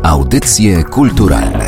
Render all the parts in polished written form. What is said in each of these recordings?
Audycje kulturalne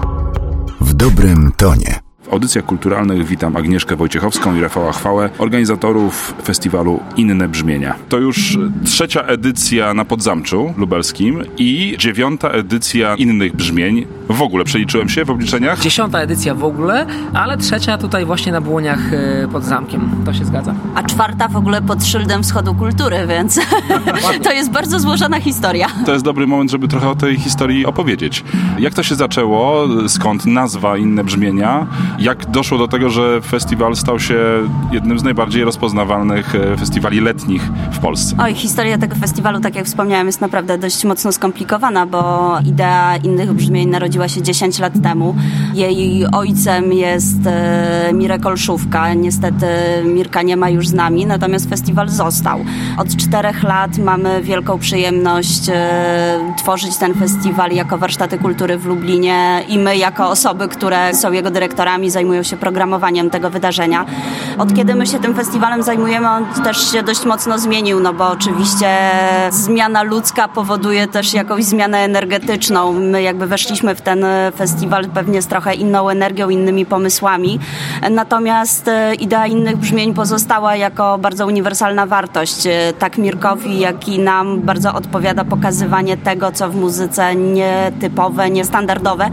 w dobrym tonie. W audycjach kulturalnych witam Agnieszkę Wojciechowską i Rafała Chwałę, organizatorów festiwalu Inne Brzmienia. To już 3. edycja na Podzamczu Lubelskim i 9. edycja Innych Brzmień. W ogóle przeliczyłem się w obliczeniach? 10. edycja w ogóle, ale 3. tutaj właśnie na Błoniach pod zamkiem. To się zgadza. A 4. w ogóle pod szyldem Wschodu Kultury, więc to jest bardzo złożona historia. To jest dobry moment, żeby trochę o tej historii opowiedzieć. Jak to się zaczęło? Skąd nazwa Inne Brzmienia? Jak doszło do tego, że festiwal stał się jednym z najbardziej rozpoznawalnych festiwali letnich w Polsce? Oj, historia tego festiwalu, tak jak wspomniałem, jest naprawdę dość mocno skomplikowana, bo idea Innych Brzmień narodziła się 10 lat temu. Jej ojcem jest Mirek Olszówka. Niestety Mirka nie ma już z nami, natomiast festiwal został. Od 4 lat mamy wielką przyjemność tworzyć ten festiwal jako warsztaty kultury w Lublinie i my jako osoby, które są jego dyrektorami, zajmują się programowaniem tego wydarzenia. Od kiedy my się tym festiwalem zajmujemy, on też się dość mocno zmienił, no bo oczywiście zmiana ludzka powoduje też jakąś zmianę energetyczną. My jakby weszliśmy w ten festiwal pewnie z trochę inną energią, innymi pomysłami. Natomiast idea Innych Brzmień pozostała jako bardzo uniwersalna wartość. Tak Mirkowi, jak i nam bardzo odpowiada pokazywanie tego, co w muzyce nietypowe, niestandardowe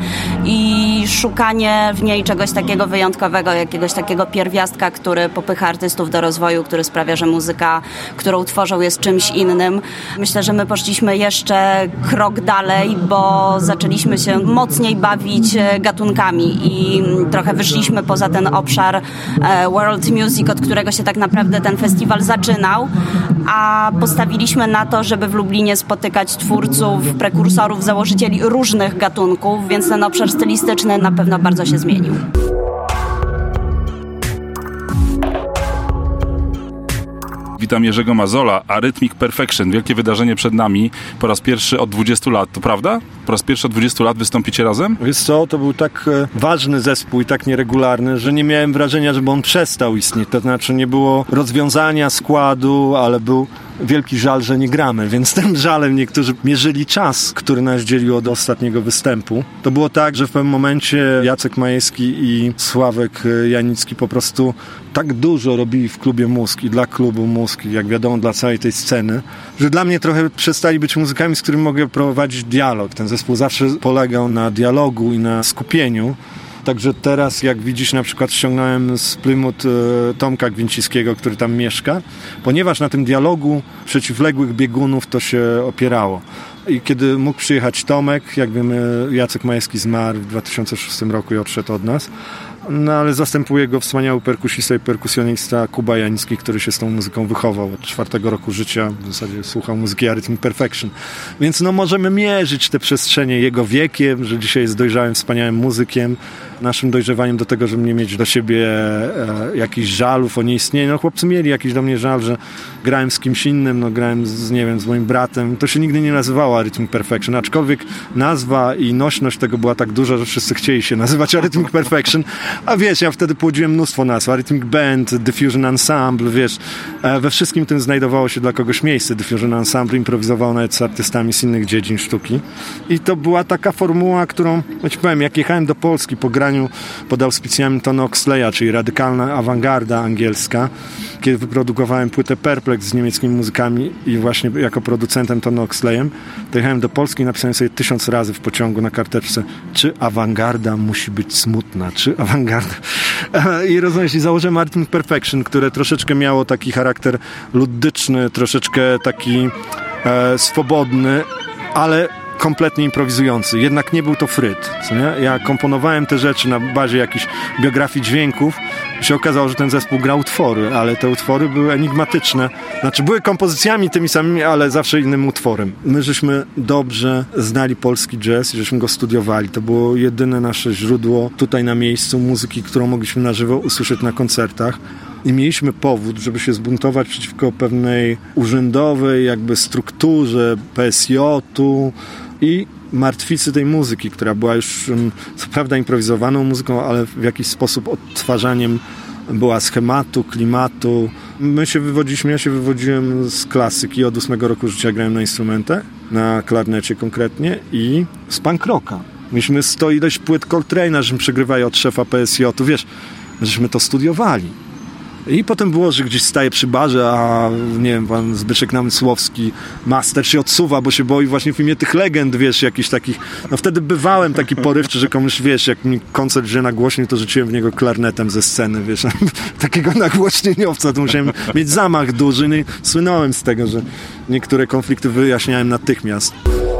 i szukanie w niej czegoś takiego wyjątkowego, jakiegoś takiego pierwiastka, który popycha artystów do rozwoju, który sprawia, że muzyka, którą tworzą, jest czymś innym. Myślę, że my poszliśmy jeszcze krok dalej, bo zaczęliśmy się mocniej bawić gatunkami i trochę wyszliśmy poza ten obszar world music, od którego się tak naprawdę ten festiwal zaczynał, a postawiliśmy na to, żeby w Lublinie spotykać twórców, prekursorów, założycieli różnych gatunków, więc ten obszar stylistyczny na pewno bardzo się zmienił. Witam Jerzego Mazola, Arrhythmic Perfection. Wielkie wydarzenie przed nami. Po raz pierwszy od 20 lat. To prawda? Po raz pierwszy od 20 lat wystąpicie razem? Wiesz co, to był tak ważny zespół i tak nieregularny, że nie miałem wrażenia, żeby on przestał istnieć. To znaczy nie było rozwiązania składu, ale był wielki żal, że nie gramy, więc tym żalem niektórzy mierzyli czas, który nas dzielił od ostatniego występu. To było tak, że w pewnym momencie Jacek Majewski i Sławek Janicki po prostu tak dużo robili w klubie Mózg i dla klubu Mózg, jak wiadomo dla całej tej sceny, że dla mnie trochę przestali być muzykami, z którymi mogę prowadzić dialog. Ten zespół zawsze polegał na dialogu i na skupieniu. Także teraz, jak widzisz, na przykład ściągnąłem z Plymouth Tomka Gwincińskiego, który tam mieszka, ponieważ na tym dialogu przeciwległych biegunów to się opierało. I kiedy mógł przyjechać Tomek, jak wiemy, Jacek Majewski zmarł w 2006 roku i odszedł od nas, no ale zastępuje go wspaniały perkusista i perkusjonista Kuba Janicki, który się z tą muzyką wychował od 4 roku życia, w zasadzie słuchał muzyki Arrhythmic Perfection. Więc no możemy mierzyć te przestrzenie jego wiekiem, że dzisiaj jest dojrzałym, wspaniałym muzykiem, naszym dojrzewaniem do tego, żeby nie mieć do siebie jakichś żalów o nieistnieniu. No chłopcy mieli jakiś do mnie żal, że grałem z kimś innym, no grałem z, nie wiem, z moim bratem. To się nigdy nie nazywało Arrhythmic Perfection, aczkolwiek nazwa i nośność tego była tak duża, że wszyscy chcieli się nazywać Arrhythmic Perfection. A wiesz, ja wtedy płodziłem mnóstwo nazw. Arrhythmic Band, Diffusion Ensemble, wiesz. We wszystkim tym znajdowało się dla kogoś miejsce. Diffusion Ensemble improwizował nawet z artystami z innych dziedzin sztuki. I to była taka formuła, którą, ja ci powiem, jak jechałem do Polski po graniu pod auspicjami Tony Oxleya, czyli radykalna awangarda angielska, kiedy wyprodukowałem płytę Perplex z niemieckimi muzykami i właśnie jako producentem Tony Oxleyem, to jechałem do Polski i napisałem sobie 1000 razy w pociągu na karteczce, czy awangarda musi być smutna, czy awangarda. I rozumiesz, i założyłem Arrhythmic Perfection, które troszeczkę miało taki charakter ludyczny, troszeczkę taki swobodny, ale kompletnie improwizujący. Jednak nie był to fryt. Co nie? Ja komponowałem te rzeczy na bazie jakichś biografii dźwięków i się okazało, że ten zespół grał utwory, ale te utwory były enigmatyczne. Znaczy były kompozycjami tymi samymi, ale zawsze innym utworem. My żeśmy dobrze znali polski jazz i żeśmy go studiowali. To było jedyne nasze źródło tutaj na miejscu muzyki, którą mogliśmy na żywo usłyszeć na koncertach. I mieliśmy powód, żeby się zbuntować przeciwko pewnej urzędowej jakby strukturze PSJ-u i martwicy tej muzyki, która była już co prawda improwizowaną muzyką, ale w jakiś sposób odtwarzaniem była schematu, klimatu. Ja się wywodziłem z klasyki, od 8 roku życia grałem na instrumentach, na klarnecie konkretnie i z punk rocka. Mieliśmy 100 ileś płyt Coltrane'a, żeśmy przegrywali od szefa PSJ-u, wiesz, żeśmy to studiowali. I potem było, że gdzieś staje przy barze, a nie wiem, pan Zbyszek Namysłowski, master się odsuwa, bo się boi właśnie w imię tych legend, wiesz, jakichś takich, no wtedy bywałem taki porywczy, że komuś, wiesz, jak mi koncert wziął nagłośnił, to rzuciłem w niego klarnetem ze sceny, wiesz, takiego nagłośnieniowca, to musiałem mieć zamach duży, no i słynąłem z tego, że niektóre konflikty wyjaśniałem natychmiast.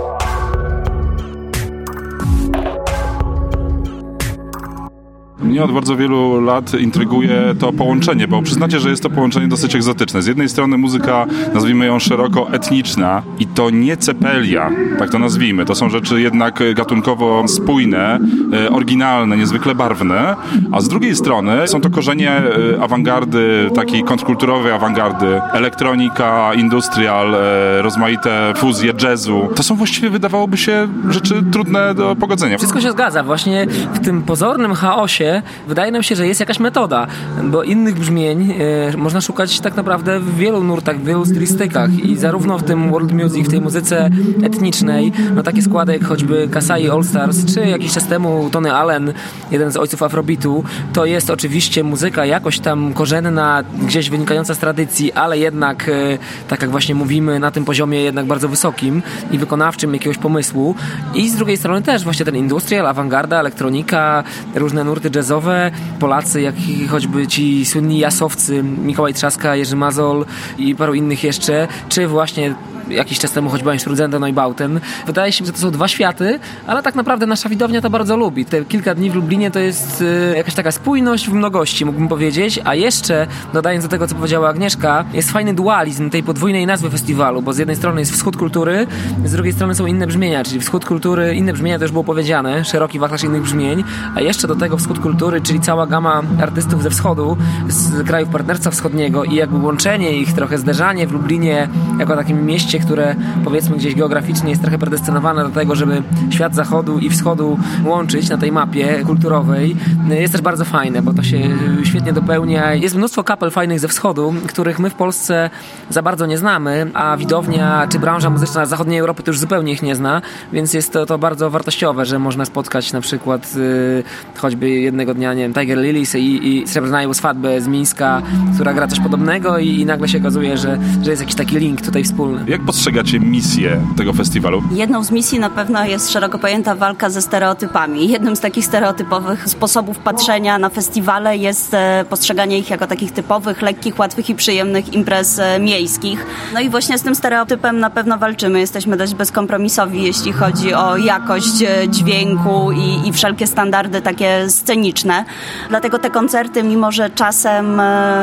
Mnie od bardzo wielu lat intryguje to połączenie, bo przyznacie, że jest to połączenie dosyć egzotyczne. Z jednej strony muzyka, nazwijmy ją szeroko, etniczna i to nie cepelia, tak to nazwijmy. To są rzeczy jednak gatunkowo spójne, oryginalne, niezwykle barwne, a z drugiej strony są to korzenie awangardy, takiej kontrkulturowej awangardy, elektronika, industrial, rozmaite fuzje jazzu. To są właściwie, wydawałoby się, rzeczy trudne do pogodzenia. Wszystko się zgadza. Właśnie w tym pozornym chaosie wydaje nam się, że jest jakaś metoda, bo innych brzmień można szukać tak naprawdę w wielu nurtach, w wielu stylistykach i zarówno w tym world music, w tej muzyce etnicznej, no takie składy jak choćby Kasai All Stars, czy jakiś czas temu Tony Allen, jeden z ojców afrobeatu, to jest oczywiście muzyka jakoś tam korzenna, gdzieś wynikająca z tradycji, ale jednak, tak jak właśnie mówimy, na tym poziomie jednak bardzo wysokim i wykonawczym jakiegoś pomysłu. I z drugiej strony też właśnie ten industrial, awangarda, elektronika, różne nurty jazzowe, Polacy, jak choćby ci słynni jasowcy, Mikołaj Trzaska, Jerzy Mazol i paru innych jeszcze, czy właśnie jakiś czas temu choćby Einstürzende, Neubauten. Wydaje się, że to są dwa światy, ale tak naprawdę nasza widownia to bardzo lubi. Te kilka dni w Lublinie to jest jakaś taka spójność w mnogości, mógłbym powiedzieć, a jeszcze, dodając do tego, co powiedziała Agnieszka, jest fajny dualizm tej podwójnej nazwy festiwalu, bo z jednej strony jest wschód kultury, z drugiej strony są inne brzmienia, czyli wschód kultury, inne brzmienia to już było powiedziane, szeroki wachlarz innych brzmień, a jeszcze do tego wschód kultury, czyli cała gama artystów ze wschodu, z krajów Partnerstwa Wschodniego i jakby łączenie ich, trochę zderzanie w Lublinie jako takim mieście, które powiedzmy gdzieś geograficznie jest trochę predestynowane do tego, żeby świat zachodu i wschodu łączyć na tej mapie kulturowej, jest też bardzo fajne, bo to się świetnie dopełnia. Jest mnóstwo kapel fajnych ze wschodu, których my w Polsce za bardzo nie znamy, a widownia czy branża muzyczna z zachodniej Europy to już zupełnie ich nie zna, więc jest to bardzo wartościowe, że można spotkać na przykład choćby jednego dnia, nie wiem, Tiger Lilies i Srebrna Swatbę z Mińska, która gra coś podobnego i nagle się okazuje, że jest jakiś taki link tutaj wspólny. Jak postrzegacie misję tego festiwalu? Jedną z misji na pewno jest szeroko pojęta walka ze stereotypami. Jednym z takich stereotypowych sposobów patrzenia na festiwale jest postrzeganie ich jako takich typowych, lekkich, łatwych i przyjemnych imprez miejskich. No i właśnie z tym stereotypem na pewno walczymy. Jesteśmy dość bezkompromisowi, jeśli chodzi o jakość dźwięku i wszelkie standardy takie sceniczne. Dlatego te koncerty, mimo że czasem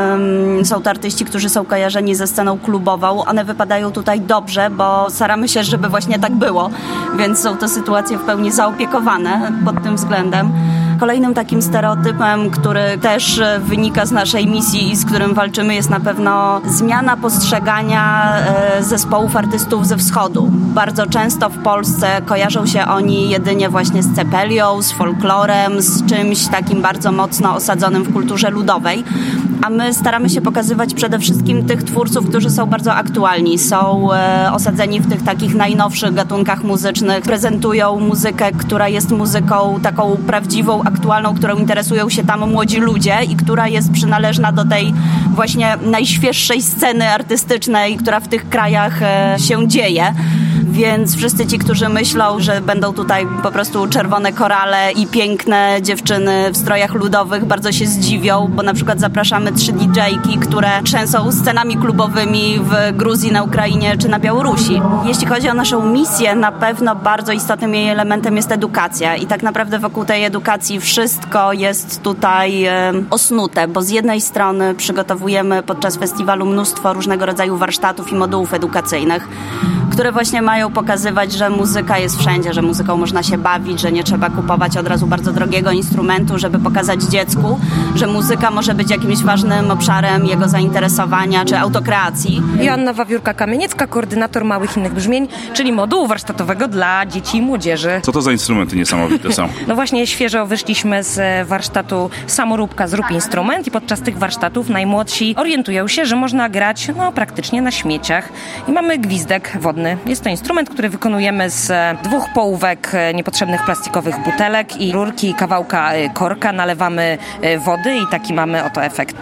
są to artyści, którzy są kojarzeni ze sceną klubową, one wypadają tutaj dobrze, bo staramy się, żeby właśnie tak było, więc są to sytuacje w pełni zaopiekowane pod tym względem. Kolejnym takim stereotypem, który też wynika z naszej misji i z którym walczymy, jest na pewno zmiana postrzegania zespołów artystów ze wschodu. Bardzo często w Polsce kojarzą się oni jedynie właśnie z cepelią, z folklorem, z czymś takim bardzo mocno osadzonym w kulturze ludowej. A my staramy się pokazywać przede wszystkim tych twórców, którzy są bardzo aktualni, są osadzeni w tych takich najnowszych gatunkach muzycznych, prezentują muzykę, która jest muzyką taką prawdziwą, aktualną, którą interesują się tam młodzi ludzie i która jest przynależna do tej właśnie najświeższej sceny artystycznej, która w tych krajach się dzieje. Więc wszyscy ci, którzy myślą, że będą tutaj po prostu czerwone korale i piękne dziewczyny w strojach ludowych, bardzo się zdziwią, bo na przykład zapraszamy 3 DJ-ki, które trzęsą scenami klubowymi w Gruzji, na Ukrainie czy na Białorusi. Jeśli chodzi o naszą misję, na pewno bardzo istotnym jej elementem jest edukacja i tak naprawdę wokół tej edukacji wszystko jest tutaj osnute, bo z jednej strony przygotowujemy podczas festiwalu mnóstwo różnego rodzaju warsztatów i modułów edukacyjnych, które właśnie mają pokazywać, że muzyka jest wszędzie, że muzyką można się bawić, że nie trzeba kupować od razu bardzo drogiego instrumentu, żeby pokazać dziecku, że muzyka może być jakimś ważnym obszarem jego zainteresowania czy autokreacji. Joanna Wawiórka-Kamieniecka, koordynator Małych Innych Brzmień, czyli modułu warsztatowego dla dzieci i młodzieży. Co to za instrumenty niesamowite są? No właśnie świeżo wyszliśmy z warsztatu Samoróbka Zrób Instrument i podczas tych warsztatów najmłodsi orientują się, że można grać praktycznie na śmieciach. I mamy gwizdek wodny. Jest to instrument, który wykonujemy z 2 połówek niepotrzebnych plastikowych butelek i rurki kawałka korka. Nalewamy wody i taki mamy oto efekt.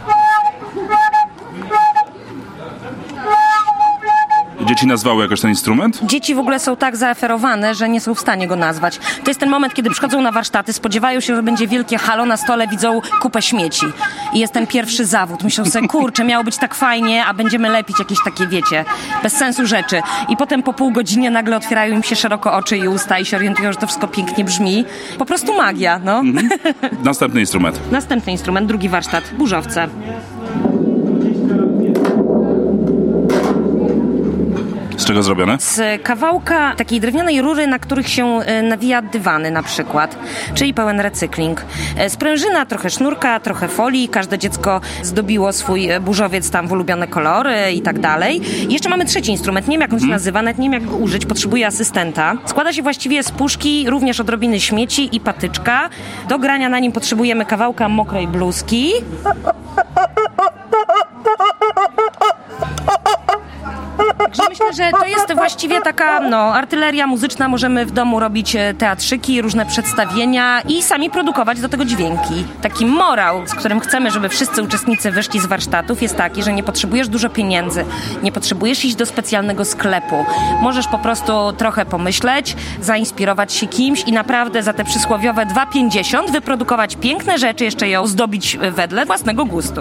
Dzieci nazwały jakoś ten instrument? Dzieci w ogóle są tak zaoferowane, że nie są w stanie go nazwać. To jest ten moment, kiedy przychodzą na warsztaty, spodziewają się, że będzie wielkie halo, na stole widzą kupę śmieci. I jest ten pierwszy zawód. Myślą sobie, kurczę, miało być tak fajnie, a będziemy lepić jakieś takie, wiecie, bez sensu rzeczy. I potem po pół godzinie nagle otwierają im się szeroko oczy i usta i się orientują, że to wszystko pięknie brzmi. Po prostu magia, no. Następny instrument. Następny instrument, drugi warsztat, burzowce. Z czego zrobione? Z kawałka takiej drewnianej rury, na których się nawija dywany na przykład, czyli pełen recykling. Sprężyna, trochę sznurka, trochę folii, każde dziecko zdobiło swój burzowiec tam w ulubione kolory i tak dalej. I jeszcze mamy trzeci instrument, nie wiem jak on się nazywa, nawet nie wiem jak go użyć, potrzebuję asystenta. Składa się właściwie z puszki, również odrobiny śmieci i patyczka. Do grania na nim potrzebujemy kawałka mokrej bluzki. Także myślę, że to jest właściwie taka artyleria muzyczna. Możemy w domu robić teatrzyki, różne przedstawienia i sami produkować do tego dźwięki. Taki morał, z którym chcemy, żeby wszyscy uczestnicy wyszli z warsztatów, jest taki, że nie potrzebujesz dużo pieniędzy, nie potrzebujesz iść do specjalnego sklepu. Możesz po prostu trochę pomyśleć, zainspirować się kimś i naprawdę za te przysłowiowe 2,50 wyprodukować piękne rzeczy, jeszcze je ozdobić wedle własnego gustu.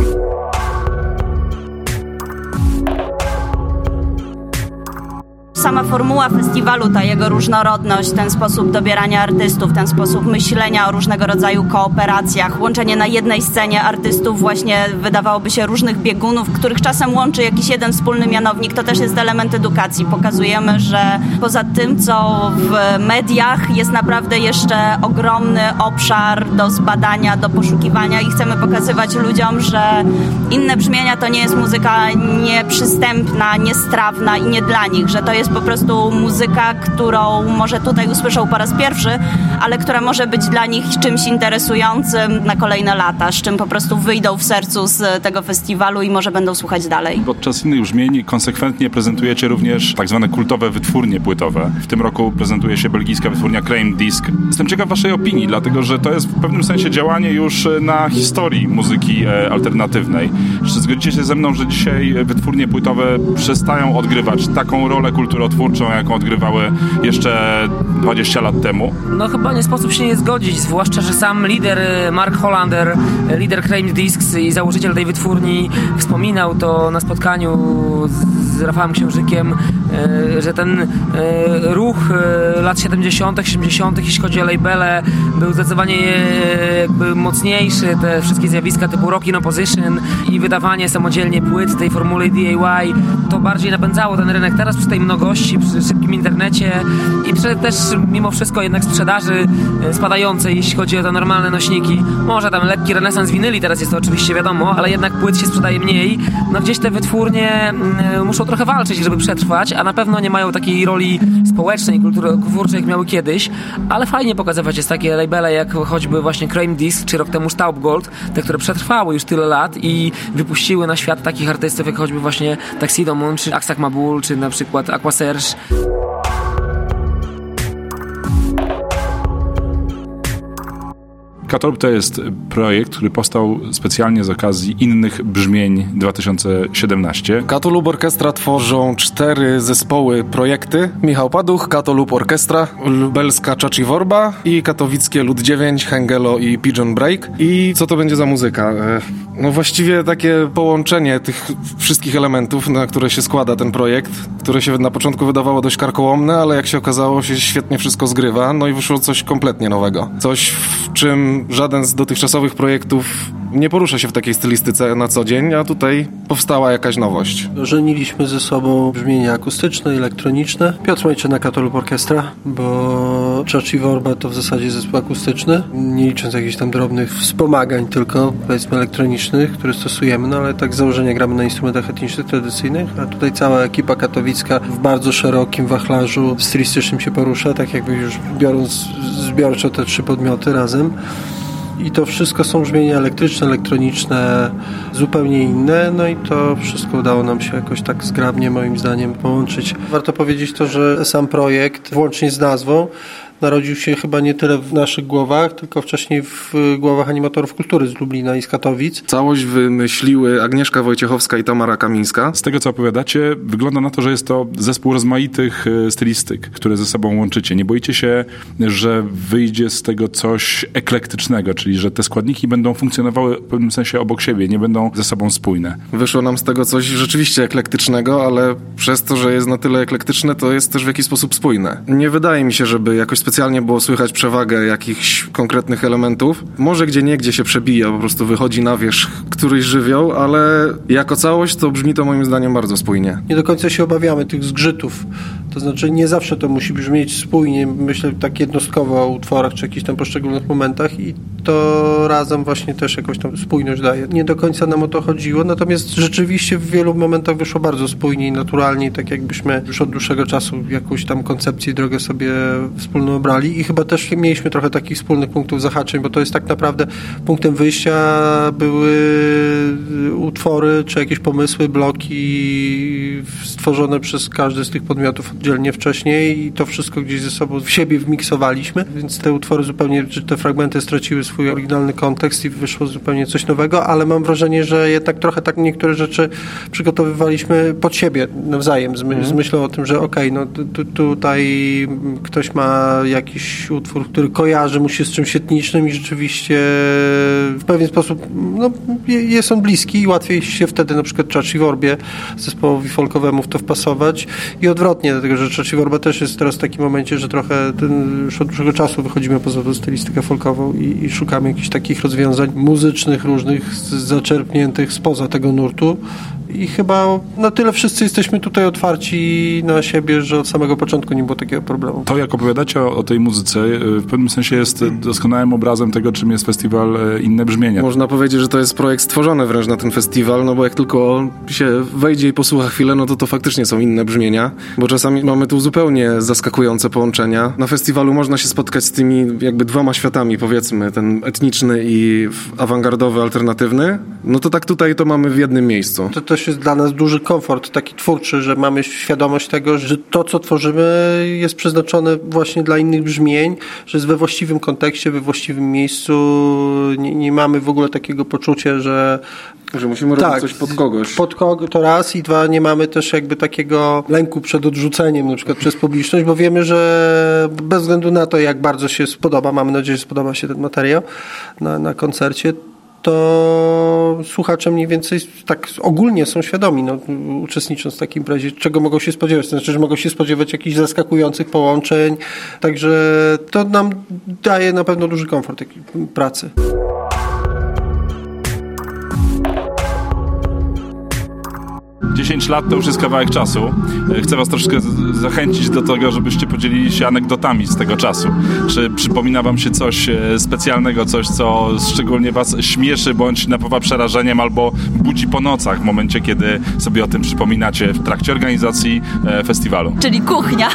Sama formuła festiwalu, ta jego różnorodność, ten sposób dobierania artystów, ten sposób myślenia o różnego rodzaju kooperacjach, łączenie na jednej scenie artystów właśnie wydawałoby się różnych biegunów, których czasem łączy jakiś jeden wspólny mianownik, to też jest element edukacji. Pokazujemy, że poza tym, co w mediach jest naprawdę jeszcze ogromny obszar do zbadania, do poszukiwania i chcemy pokazywać ludziom, że inne brzmienia to nie jest muzyka nieprzystępna, niestrawna i nie dla nich, że to jest po prostu muzyka, którą może tutaj usłyszą po raz pierwszy, ale która może być dla nich czymś interesującym na kolejne lata, z czym po prostu wyjdą w sercu z tego festiwalu i może będą słuchać dalej. Podczas Innych Brzmień konsekwentnie prezentujecie również tak zwane kultowe wytwórnie płytowe. W tym roku prezentuje się belgijska wytwórnia Crème Disc. Jestem ciekaw waszej opinii, dlatego że to jest w pewnym sensie działanie już na historii muzyki alternatywnej. Czy zgodzicie się ze mną, że dzisiaj wytwórnie płytowe przestają odgrywać taką rolę kulturotwórczą, jaką odgrywały jeszcze 20 lat temu? No chyba nie sposób się nie zgodzić, zwłaszcza, że sam lider Mark Hollander, lider Crème Discs i założyciel tej wytwórni wspominał to na spotkaniu z Rafałem Księżykiem, że ten ruch lat 70., 80., jeśli chodzi o labele, był zdecydowanie jakby mocniejszy. Te wszystkie zjawiska typu Rock in Opposition i wydawanie samodzielnie płyt tej formuły DIY, to bardziej napędzało ten rynek. Teraz przy tej mnogości, przy szybkim internecie i przy też mimo wszystko jednak sprzedaży spadającej, jeśli chodzi o te normalne nośniki. Może tam lekki renesans winyli, teraz jest to oczywiście wiadomo, ale jednak płyt się sprzedaje mniej. No gdzieś te wytwórnie muszą trochę walczyć, żeby przetrwać, a na pewno nie mają takiej roli społecznej, kulturotwórczej, jak miały kiedyś, ale fajnie pokazywać jest takie labele, jak choćby właśnie Crème Disc, czy rok temu Staubgold, te, które przetrwały już tyle lat i wypuściły na świat takich artystów, jak choćby właśnie Tuxedo Moon, czy Aksak Mabul, czy na przykład Aqua Serge. Katalog to jest projekt, który powstał specjalnie z okazji Innych Brzmień 2017. Kato-Lub Orkiestra tworzą 4 zespoły projekty. Michał Paduch, Kato-Lub Orkiestra, lubelska Czaci Worba i katowickie Lud 9, Hengelo i Pigeon Break. I co to będzie za muzyka? No właściwie takie połączenie tych wszystkich elementów, na które się składa ten projekt, które się na początku wydawało dość karkołomne, ale jak się okazało, się świetnie wszystko zgrywa, no i wyszło coś kompletnie nowego. Coś, w czym żaden z dotychczasowych projektów nie porusza się w takiej stylistyce na co dzień, a tutaj powstała jakaś nowość. Żeniliśmy ze sobą brzmienia akustyczne i elektroniczne. Piotr Majczyna, Kato Lub Orkiestra, bo Czachi Worba to w zasadzie zespół akustyczny, nie licząc jakichś tam drobnych wspomagań tylko, powiedzmy elektronicznych, które stosujemy, no ale tak z założenia gramy na instrumentach etnicznych, tradycyjnych, a tutaj cała ekipa katowicka w bardzo szerokim wachlarzu stylistycznym się porusza, tak jakby już biorąc zbiorczo te 3 podmioty razem. I to wszystko są brzmienia elektryczne, elektroniczne, zupełnie inne, no i to wszystko udało nam się jakoś tak zgrabnie, moim zdaniem, połączyć. Warto powiedzieć to, że sam projekt, włącznie z nazwą, narodził się chyba nie tyle w naszych głowach, tylko wcześniej w głowach animatorów kultury z Lublina i z Katowic. Całość wymyśliły Agnieszka Wojciechowska i Tamara Kamińska. Z tego, co opowiadacie, wygląda na to, że jest to zespół rozmaitych stylistyk, które ze sobą łączycie. Nie boicie się, że wyjdzie z tego coś eklektycznego, czyli że te składniki będą funkcjonowały w pewnym sensie obok siebie, nie będą ze sobą spójne. Wyszło nam z tego coś rzeczywiście eklektycznego, ale przez to, że jest na tyle eklektyczne, to jest też w jakiś sposób spójne. Nie wydaje mi się, żeby jakoś specjalnie było słychać przewagę jakichś konkretnych elementów. Może gdzieniegdzie się przebija, po prostu wychodzi na wierzch któryś żywioł, ale jako całość to brzmi to moim zdaniem bardzo spójnie. Nie do końca się obawiamy tych zgrzytów. To znaczy nie zawsze to musi brzmieć spójnie, myślę tak jednostkowo o utworach czy jakichś tam poszczególnych momentach i to razem właśnie też jakąś tam spójność daje. Nie do końca nam o to chodziło, natomiast rzeczywiście w wielu momentach wyszło bardzo spójnie i naturalnie, tak jakbyśmy już od dłuższego czasu jakąś tam koncepcję i drogę sobie wspólną obrali i chyba też mieliśmy trochę takich wspólnych punktów zahaczeń, bo to jest tak naprawdę punktem wyjścia były utwory czy jakieś pomysły, bloki stworzone przez każdy z tych podmiotów oddzielnie wcześniej i to wszystko gdzieś ze sobą w siebie wmiksowaliśmy, więc te utwory zupełnie, czy te fragmenty straciły swój oryginalny kontekst i wyszło zupełnie coś nowego, ale mam wrażenie, że jednak trochę tak niektóre rzeczy przygotowywaliśmy pod siebie nawzajem, z myślą o tym, że okej, no tutaj ktoś ma jakiś utwór, który kojarzy mu się z czymś etnicznym i rzeczywiście w pewien sposób no, jest on bliski i łatwiej się wtedy na przykład Czachi Worbie, zespołowi folkowemu w to wpasować i odwrotnie, dlatego że Czachi Worba też jest teraz w takim momencie, że trochę już od dłuższego czasu wychodzimy poza tą stylistykę folkową i szukamy jakichś takich rozwiązań muzycznych różnych, zaczerpniętych spoza tego nurtu i chyba na tyle wszyscy jesteśmy tutaj otwarci na siebie, że od samego początku nie było takiego problemu. To, jak opowiadacie o tej muzyce, w pewnym sensie jest doskonałym obrazem tego, czym jest festiwal Inne Brzmienia. Można powiedzieć, że to jest projekt stworzony wręcz na ten festiwal, no bo jak tylko się wejdzie i posłucha chwilę, no to faktycznie są inne brzmienia, bo czasami mamy tu zupełnie zaskakujące połączenia. Na festiwalu można się spotkać z tymi jakby 2 światami, powiedzmy, ten etniczny i awangardowy, alternatywny, no to tak tutaj to mamy w jednym miejscu. To też jest dla nas duży komfort taki twórczy, że mamy świadomość tego, że to, co tworzymy, jest przeznaczone właśnie dla innych brzmień, że jest we właściwym kontekście, we właściwym miejscu. Nie mamy w ogóle takiego poczucia, że musimy robić coś pod kogoś. Pod kogo to raz i 2, nie mamy też jakby takiego lęku przed odrzuceniem na przykład przez publiczność, bo wiemy, że bez względu na to, jak bardzo się spodoba, mamy nadzieję, że spodoba się ten materiał na koncercie, to słuchacze mniej więcej tak ogólnie są świadomi, no, uczestnicząc w takiej imprezie, czego mogą się spodziewać. To znaczy, że mogą się spodziewać jakichś zaskakujących połączeń, także to nam daje na pewno duży komfort takiej pracy. Dziesięć lat to już jest kawałek czasu. Chcę was troszkę zachęcić do tego, żebyście podzielili się anegdotami z tego czasu. Czy przypomina wam się coś specjalnego, coś, co szczególnie was śmieszy, bądź napawa przerażeniem, albo budzi po nocach w momencie, kiedy sobie o tym przypominacie w trakcie organizacji festiwalu? Czyli kuchnia.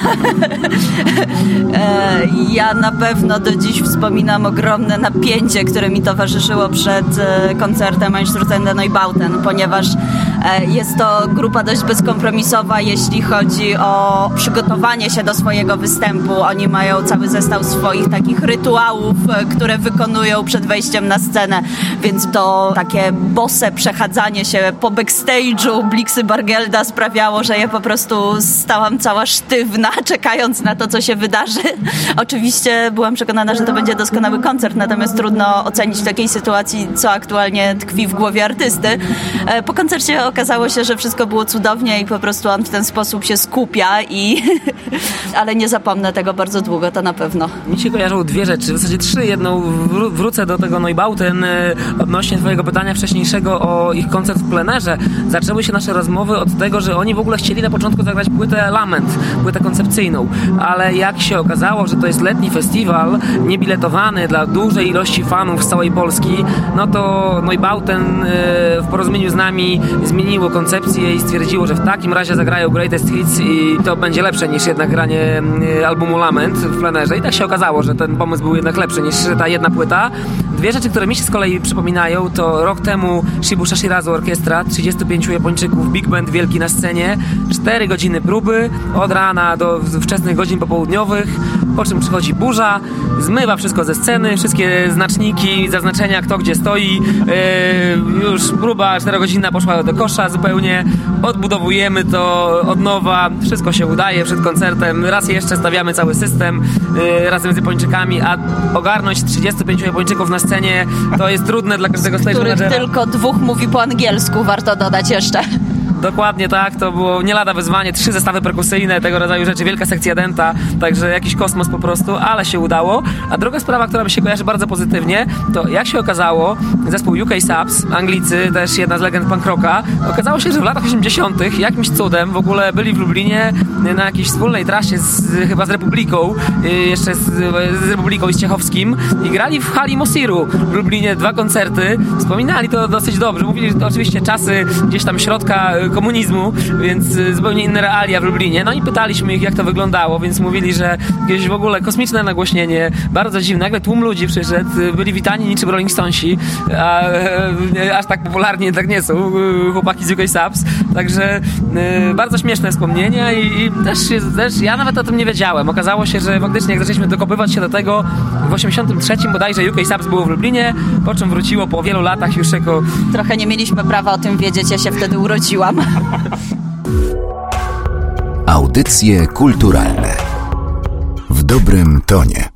Ja na pewno do dziś wspominam ogromne napięcie, które mi towarzyszyło przed koncertem Einstürzende Neubauten, ponieważ jest to grupa dość bezkompromisowa, jeśli chodzi o przygotowanie się do swojego występu. Oni mają cały zestaw swoich takich rytuałów, które wykonują przed wejściem na scenę, więc to takie bose przechadzanie się po backstage'u Blixy Bargelda sprawiało, że ja po prostu stałam cała sztywna, czekając na to, co się wydarzy. Oczywiście byłam przekonana, że to będzie doskonały koncert, natomiast trudno ocenić w takiej sytuacji, co aktualnie tkwi w głowie artysty. Po koncercie okazało się, że wszystko było cudownie i po prostu on w ten sposób się skupia ale nie zapomnę tego bardzo długo, to na pewno. Mi się kojarzą dwie rzeczy, w zasadzie trzy. Jedną wrócę do tego Neubauten odnośnie twojego pytania wcześniejszego o ich koncert w plenerze. Zaczęły się nasze rozmowy od tego, że oni w ogóle chcieli na początku zagrać płytę Lament, płytę koncepcyjną, ale jak się okazało, że to jest letni festiwal, niebiletowany dla dużej ilości fanów z całej Polski, no to Neubauten w porozumieniu z nami zmieniło koncepcję i stwierdziło, że w takim razie zagrają Greatest Hits i to będzie lepsze niż jednak granie albumu Lament w plenerze. I tak się okazało, że ten pomysł był jednak lepszy niż ta jedna płyta. Dwie rzeczy, które mi się z kolei przypominają, to rok temu Shibuya Shirazu Orkiestra, 35 Japończyków, big band wielki na scenie, 4 godziny próby, od rana do wczesnych godzin popołudniowych, po czym przychodzi burza, zmywa wszystko ze sceny, wszystkie znaczniki, zaznaczenia, kto gdzie stoi, już próba 4-godzinna poszła do kosza zupełnie, odbudowujemy to od nowa, wszystko się udaje przed koncertem, raz jeszcze stawiamy cały system razem z Japończykami, a ogarnąć 35 Japończyków na scenie to jest trudne dla każdego stage managera. Tylko 2 mówi po angielsku, warto dodać jeszcze. Dokładnie tak, to było nie lada wyzwanie, 3 zestawy perkusyjne, tego rodzaju rzeczy, wielka sekcja denta, także jakiś kosmos po prostu, ale się udało. A druga sprawa, która mi się kojarzy bardzo pozytywnie, to jak się okazało, zespół UK Subs, Anglicy, też jedna z legend punk rocka, okazało się, że w latach 80. jakimś cudem w ogóle byli w Lublinie na jakiejś wspólnej trasie chyba z Republiką, jeszcze z Republiką i z Ciechowskim i grali w hali Mosiru w Lublinie 2 koncerty, wspominali to dosyć dobrze, mówili, że to oczywiście czasy gdzieś tam środka komunizmu, więc zupełnie inne realia w Lublinie. No i pytaliśmy ich, jak to wyglądało, więc mówili, że jakieś w ogóle kosmiczne nagłośnienie, bardzo dziwne. Nagle tłum ludzi przyszedł, byli witani niczym Rolling Stonesi, a aż tak popularnie tak nie są chłopaki z UK Subs. Także bardzo śmieszne wspomnienia i też ja nawet o tym nie wiedziałem. Okazało się, że faktycznie jak zaczęliśmy dokopywać się do tego, w 83 bodajże UK Subs było w Lublinie, po czym wróciło po wielu latach już jako... Trochę nie mieliśmy prawa o tym wiedzieć, ja się wtedy urodziłam. Audycje kulturalne w dobrym tonie.